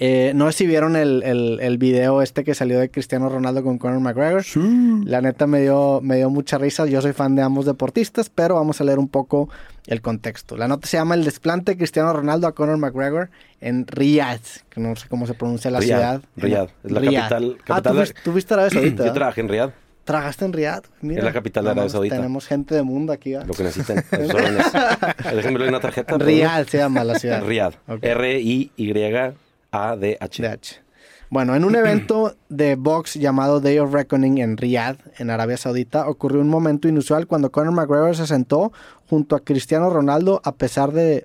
No sé si vieron el video que salió de Cristiano Ronaldo con Conor McGregor. Sí. La neta me dio mucha risa. Yo soy fan de ambos deportistas, pero vamos a leer un poco el contexto. La nota se llama El desplante de Cristiano Ronaldo a Conor McGregor en Riyadh, que no sé cómo se pronuncia la ciudad. Riyadh, es la capital. ¿Tú fuiste a Arabia Saudita? Yo trabajé en Riyadh. ¿Trabajaste en Riyadh? Mira, es la capital de Arabia Saudita. Tenemos gente de mundo aquí. ¿Va? Lo que necesiten. Déjenme ver una tarjeta. Riyadh se llama la ciudad. Riyadh. Okay. R-I-Y-A-D-H. Bueno, en un evento de box llamado Day of Reckoning en Riyadh, en Arabia Saudita, ocurrió un momento inusual cuando Conor McGregor se sentó junto a Cristiano Ronaldo a pesar de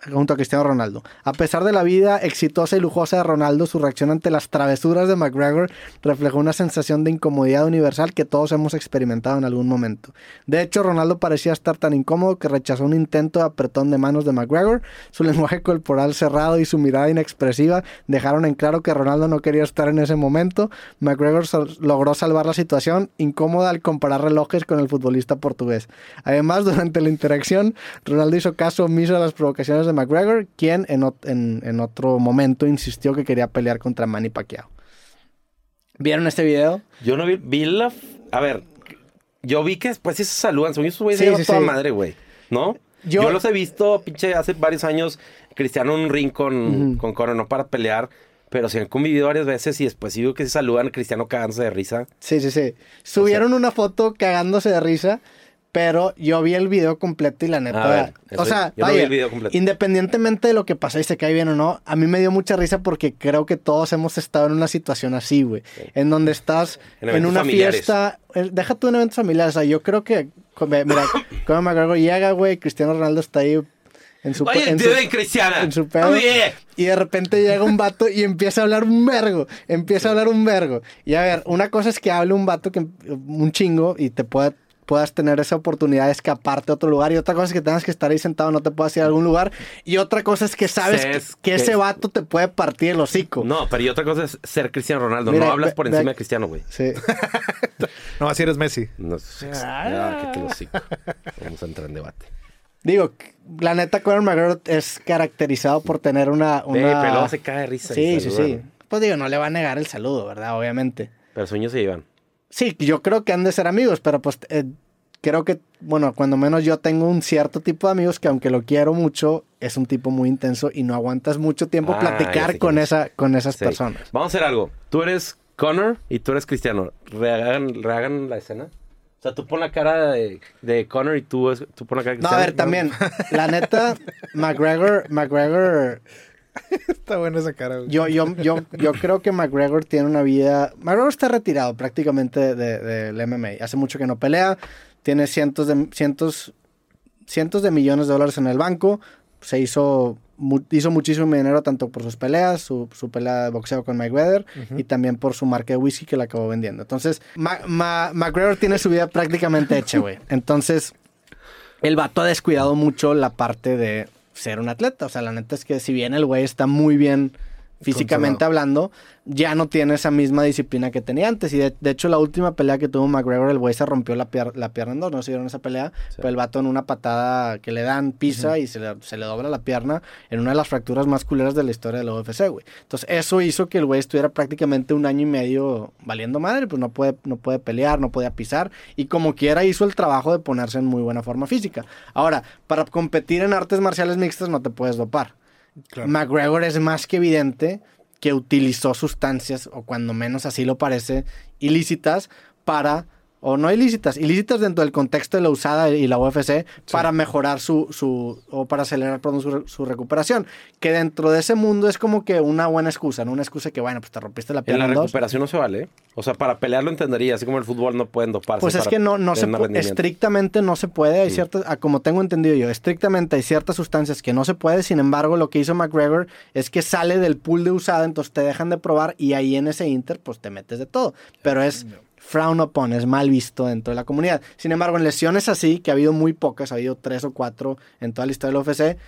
la vida exitosa y lujosa de Ronaldo, su reacción ante las travesuras de McGregor reflejó una sensación de incomodidad universal que todos hemos experimentado en algún momento. De hecho, Ronaldo parecía estar tan incómodo que rechazó un intento de apretón de manos de McGregor. Su lenguaje corporal cerrado y su mirada inexpresiva dejaron en claro que Ronaldo no quería estar en ese momento. McGregor logró salvar la situación, incómoda al comparar relojes con el futbolista portugués. Además, durante la interacción, Ronaldo hizo caso omiso a las provocaciones de McGregor, quien en otro momento insistió que quería pelear contra Manny Pacquiao. ¿Vieron este video? Yo no vi la... A ver, yo vi que después sí se saludan. Son esos güeyes se llevan toda madre, güey. ¿No? Yo los he visto, pinche, hace varios años, Cristiano en un ring con Conor, no para pelear, pero se han convivido varias veces y después sí veo que se saludan, Cristiano cagándose de risa. Sí. Subieron una foto cagándose de risa. Pero yo vi el video completo y la neta... vaya, no vi el video completo. Independientemente de lo que pasó y se cae bien o no, a mí me dio mucha risa porque creo que todos hemos estado en una situación así, güey. Sí. En donde estás en una fiesta... Deja tú en eventos familiares. O sea, yo creo que... Mira, Conor McGregor llega, güey, Cristiano Ronaldo está ahí en su pedo. Y de repente llega un vato y empieza a hablar un vergo. Y a ver, una cosa es que hable un vato un chingo y puedas tener esa oportunidad de escaparte a otro lugar, y otra cosa es que tengas que estar ahí sentado, no te puedas ir a algún lugar, y otra cosa es que sabes que ese vato te puede partir el hocico. No, pero y otra cosa es ser Cristiano Ronaldo. Mira, no hablas por encima de Cristiano, güey. Sí. No, así eres Messi. No, que hocico. Vamos a entrar en debate. Digo, la neta, Conor McGregor es caracterizado por tener una... pero luego se cae de risa. Sí. Pues digo, no le va a negar el saludo, ¿verdad? Obviamente. Pero sueños se llevan. Sí, yo creo que han de ser amigos, pero pues creo que, bueno, cuando menos yo tengo un cierto tipo de amigos que aunque lo quiero mucho, es un tipo muy intenso y no aguantas mucho tiempo platicar con esas personas. Vamos a hacer algo. Tú eres Conor y tú eres Cristiano. Rehagan la escena. O sea, tú pon la cara de Conor y tú pon la cara de Cristiano. No, a ver, también, la neta, McGregor... Está buena esa cara, güey. Yo creo que McGregor tiene una vida... McGregor está retirado prácticamente del MMA. Hace mucho que no pelea. Tiene cientos de millones de dólares en el banco. Hizo muchísimo dinero tanto por sus peleas, su pelea de boxeo con Mayweather, y también por su marca de whisky que la acabó vendiendo. Entonces, McGregor tiene su vida prácticamente hecha, güey. Entonces, el vato ha descuidado mucho la parte de ser un atleta. O sea, la neta es que si bien el güey está muy bien físicamente hablando, ya no tiene esa misma disciplina que tenía antes. Y de hecho, la última pelea que tuvo McGregor, el güey se rompió la pierna en dos. No se vieron esa pelea, pero el vato en una patada que le dan pisa y se le dobla la pierna en una de las fracturas más culeras de la historia de la UFC, güey. Entonces, eso hizo que el güey estuviera prácticamente un año y medio valiendo madre. Pues no puede pelear, no podía pisar. Y como quiera hizo el trabajo de ponerse en muy buena forma física. Ahora, para competir en artes marciales mixtas no te puedes dopar. Claro. McGregor es más que evidente que utilizó sustancias, o cuando menos así lo parece, ilícitas o no ilícitas dentro del contexto de la USADA y la UFC, para mejorar o para acelerar su recuperación. Que dentro de ese mundo es como que una buena excusa, ¿no? Una excusa que, bueno, pues te rompiste la pierna. En la recuperación no se vale. O sea, para pelear lo entendería, así como el fútbol no pueden doparse. Pues es que no se puede, estrictamente no se puede. Hay ciertas, como tengo entendido yo, estrictamente hay ciertas sustancias que no se puede. Sin embargo, lo que hizo McGregor es que sale del pool de USADA, entonces te dejan de probar y ahí en ese inter, pues te metes de todo. Pero es frown upon, es mal visto dentro de la comunidad. Sin embargo, en lesiones así, que ha habido muy pocas, ha habido 3 o 4 en toda la historia de la UFC,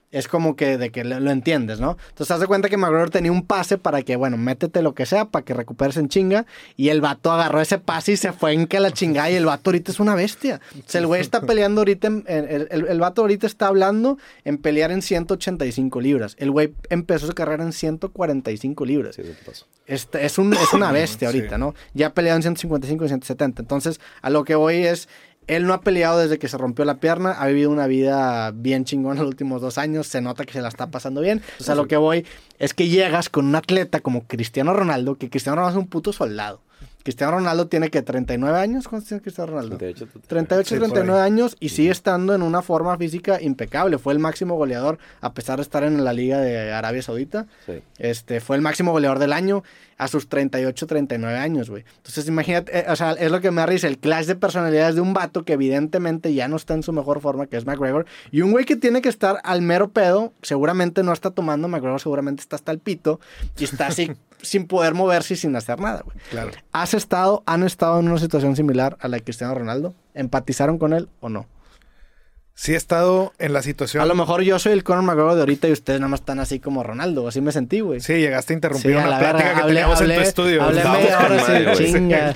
es como que de que lo entiendes, ¿no? Entonces, haz de cuenta que McGregor tenía un pase para que, bueno, métete lo que sea para que recuperes en chinga. Y el vato agarró ese pase y se fue en que la chingada. Y el vato ahorita es una bestia. O sea, el güey está peleando ahorita, el vato ahorita está hablando en pelear en 185 libras. El güey empezó su carrera en 145 libras. Sí, eso pasó. Es una bestia ahorita, sí. ¿no? Ya ha peleado en 155 y 170. Entonces, a lo que voy es... Él no ha peleado desde que se rompió la pierna, ha vivido una vida bien chingona los últimos 2 años, se nota que se la está pasando bien. O sea, lo que voy es que llegas con un atleta como Cristiano Ronaldo, que Cristiano Ronaldo es un puto soldado. Cristiano Ronaldo tiene que 39 años. ¿Cuántos tiene Cristiano Ronaldo? 38, 39 años y sigue estando en una forma física impecable. Fue el máximo goleador a pesar de estar en la Liga de Arabia Saudita. Sí. Fue el máximo goleador del año a sus 38, 39 años, güey. Entonces imagínate, o sea, es lo que me da risa, el clash de personalidades de un vato que evidentemente ya no está en su mejor forma, que es McGregor, y un güey que tiene que estar al mero pedo, seguramente no está tomando, McGregor seguramente está hasta el pito, y está así sin poder moverse y sin hacer nada, güey. Claro. ¿Han estado en una situación similar a la de Cristiano Ronaldo? ¿Empatizaron con él o no? Sí he estado en la situación... A lo mejor yo soy el Conor McGregor de ahorita y ustedes nada más están así como Ronaldo. Así me sentí, güey. Sí, llegaste a interrumpir una plática que teníamos en tu estudio. Hablé media hora sin chinga.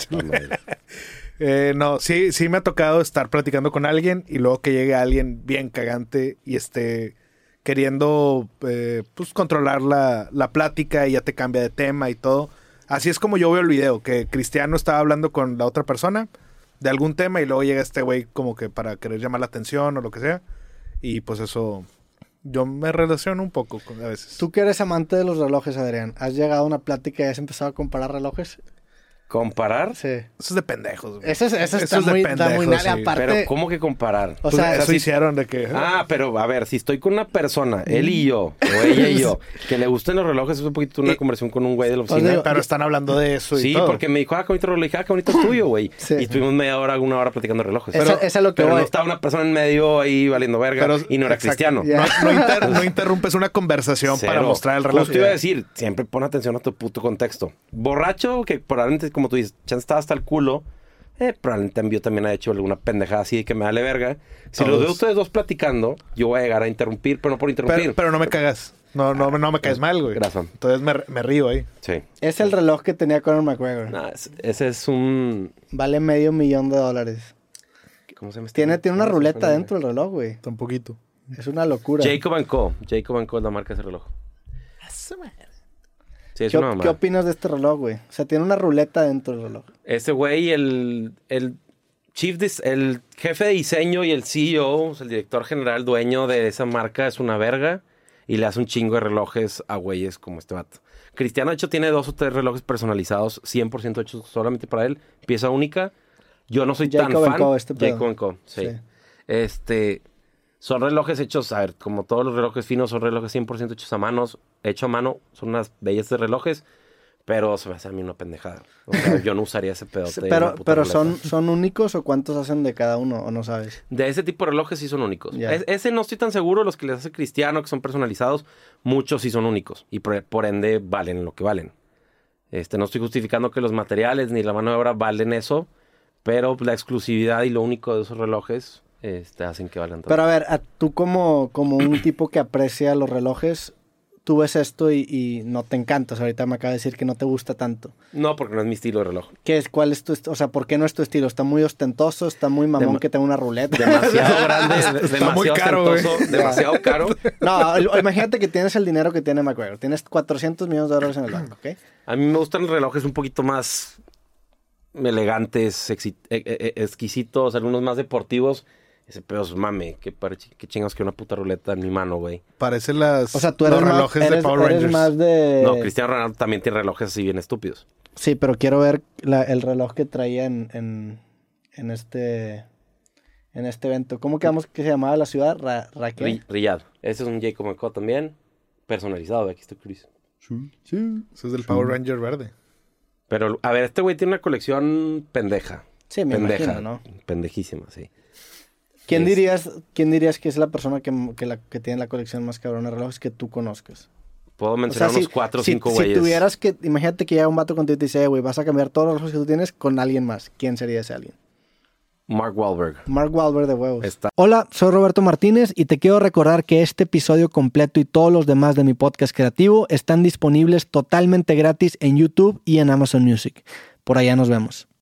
No, sí me ha tocado estar platicando con alguien y luego que llegue alguien bien cagante y esté queriendo pues controlar la plática y ya te cambia de tema y todo. Así es como yo veo el video, que Cristiano estaba hablando con la otra persona de algún tema y luego llega este güey como que para querer llamar la atención o lo que sea. Y pues eso, yo me relaciono un poco a veces. Tú que eres amante de los relojes, Adrián, ¿has llegado a una plática y has empezado a comparar relojes? ¿Comparar? Sí. Eso es de pendejos, güey. Eso está muy nada, sí. aparte. Pero ¿cómo que comparar? O sea, eso hicieron de que... pero a ver, si estoy con una persona, él y yo, o ella y yo, que le gusten los relojes, es un poquito una conversación con un güey de la oficina. Pero están hablando de eso y sí, todo. porque me dijo, qué bonito reloj. Le dije, qué bonito es tuyo, güey. Sí. Y estuvimos media hora, 1 hora platicando de relojes. Esa es lo que pero voy. no estaba una persona en medio ahí valiendo verga y no era cristiano. Yeah. No interrumpes una conversación para mostrar el reloj. Justo iba a decir, siempre pon atención a tu puto contexto. Borracho, que probablemente, como tú dices, chance estaba hasta el culo, probablemente envió también ha hecho alguna pendejada así de que me vale verga. Si los veo ustedes dos platicando, yo voy a llegar a interrumpir, pero no por interrumpir. Pero no me cagas. No me caes mal, güey. Gracias. Entonces me río ahí. Sí. Es el reloj que tenía Conor McGregor. No, ese es un... Vale $500,000. ¿Cómo se llama? Tiene una ruleta dentro del reloj, güey. Un poquito. Es una locura. Jacob & Co. Jacob & Co es la marca de ese reloj. Sí, ¿Qué opinas de este reloj, güey? O sea, tiene una ruleta dentro del reloj. Ese güey, el jefe de diseño y el CEO, o sea, el director general, dueño de esa marca, es una verga y le hace un chingo de relojes a güeyes como este vato. Cristiano, de hecho, tiene 2 o 3 relojes personalizados, 100% hechos solamente para él, pieza única. Yo no soy tan fan. Jacob & Co. Sí. Son relojes hechos, a ver, como todos los relojes finos, son relojes 100% hechos a mano, son unas bellas de relojes, pero se me hace a mí una pendejada. O sea, yo no usaría ese pedote. Pero ¿son únicos o cuántos hacen de cada uno o no sabes? De ese tipo de relojes sí son únicos. Yeah. Ese no estoy tan seguro, los que les hace Cristiano, que son personalizados, muchos sí son únicos y por ende valen lo que valen. No estoy justificando que los materiales ni la mano de obra valen eso, pero la exclusividad y lo único de esos relojes... hacen que valgan todo. Pero a ver, tú como un tipo que aprecia los relojes, tú ves esto y no te encanta. O sea, ahorita me acaba de decir que no te gusta tanto. No, porque no es mi estilo de reloj. ¿Cuál es tu o sea, ¿por qué no es tu estilo? ¿Está muy ostentoso? ¿Está muy mamón que tenga una ruleta? Demasiado grande, demasiado muy caro, ostentoso, demasiado caro. No, imagínate que tienes el dinero que tiene McGregor. Tienes $400 millones en el banco, ¿ok? A mí me gustan los relojes un poquito más elegantes, exquisitos, algunos más deportivos. Ese pedo es mame. Qué chingados que una puta ruleta en mi mano, güey. Parece o sea, tú eres los relojes de Power Rangers. Más de... No, Cristiano Ronaldo también tiene relojes así bien estúpidos. Sí, pero quiero ver el reloj que traía en este evento. ¿Cómo quedamos que se llamaba la ciudad? Riyadh. Ese es un Jacob & Co. también. Personalizado. Aquí está Chris. Sí. Eso es del Power Ranger verde. Pero, a ver, este güey tiene una colección pendeja. Sí, me imagino, ¿no? Pendejísima, sí. ¿Quién dirías que es la persona que tiene la colección más cabrona de relojes que tú conozcas? Puedo mencionar unos 4 o 5 güeyes. Si tuvieras que... Imagínate que llega un vato contigo y te dice, güey, vas a cambiar todos los relojes que tú tienes con alguien más. ¿Quién sería ese alguien? Mark Wahlberg. Mark Wahlberg de huevos. Hola, soy Roberto Martínez y te quiero recordar que este episodio completo y todos los demás de mi podcast creativo están disponibles totalmente gratis en YouTube y en Amazon Music. Por allá nos vemos.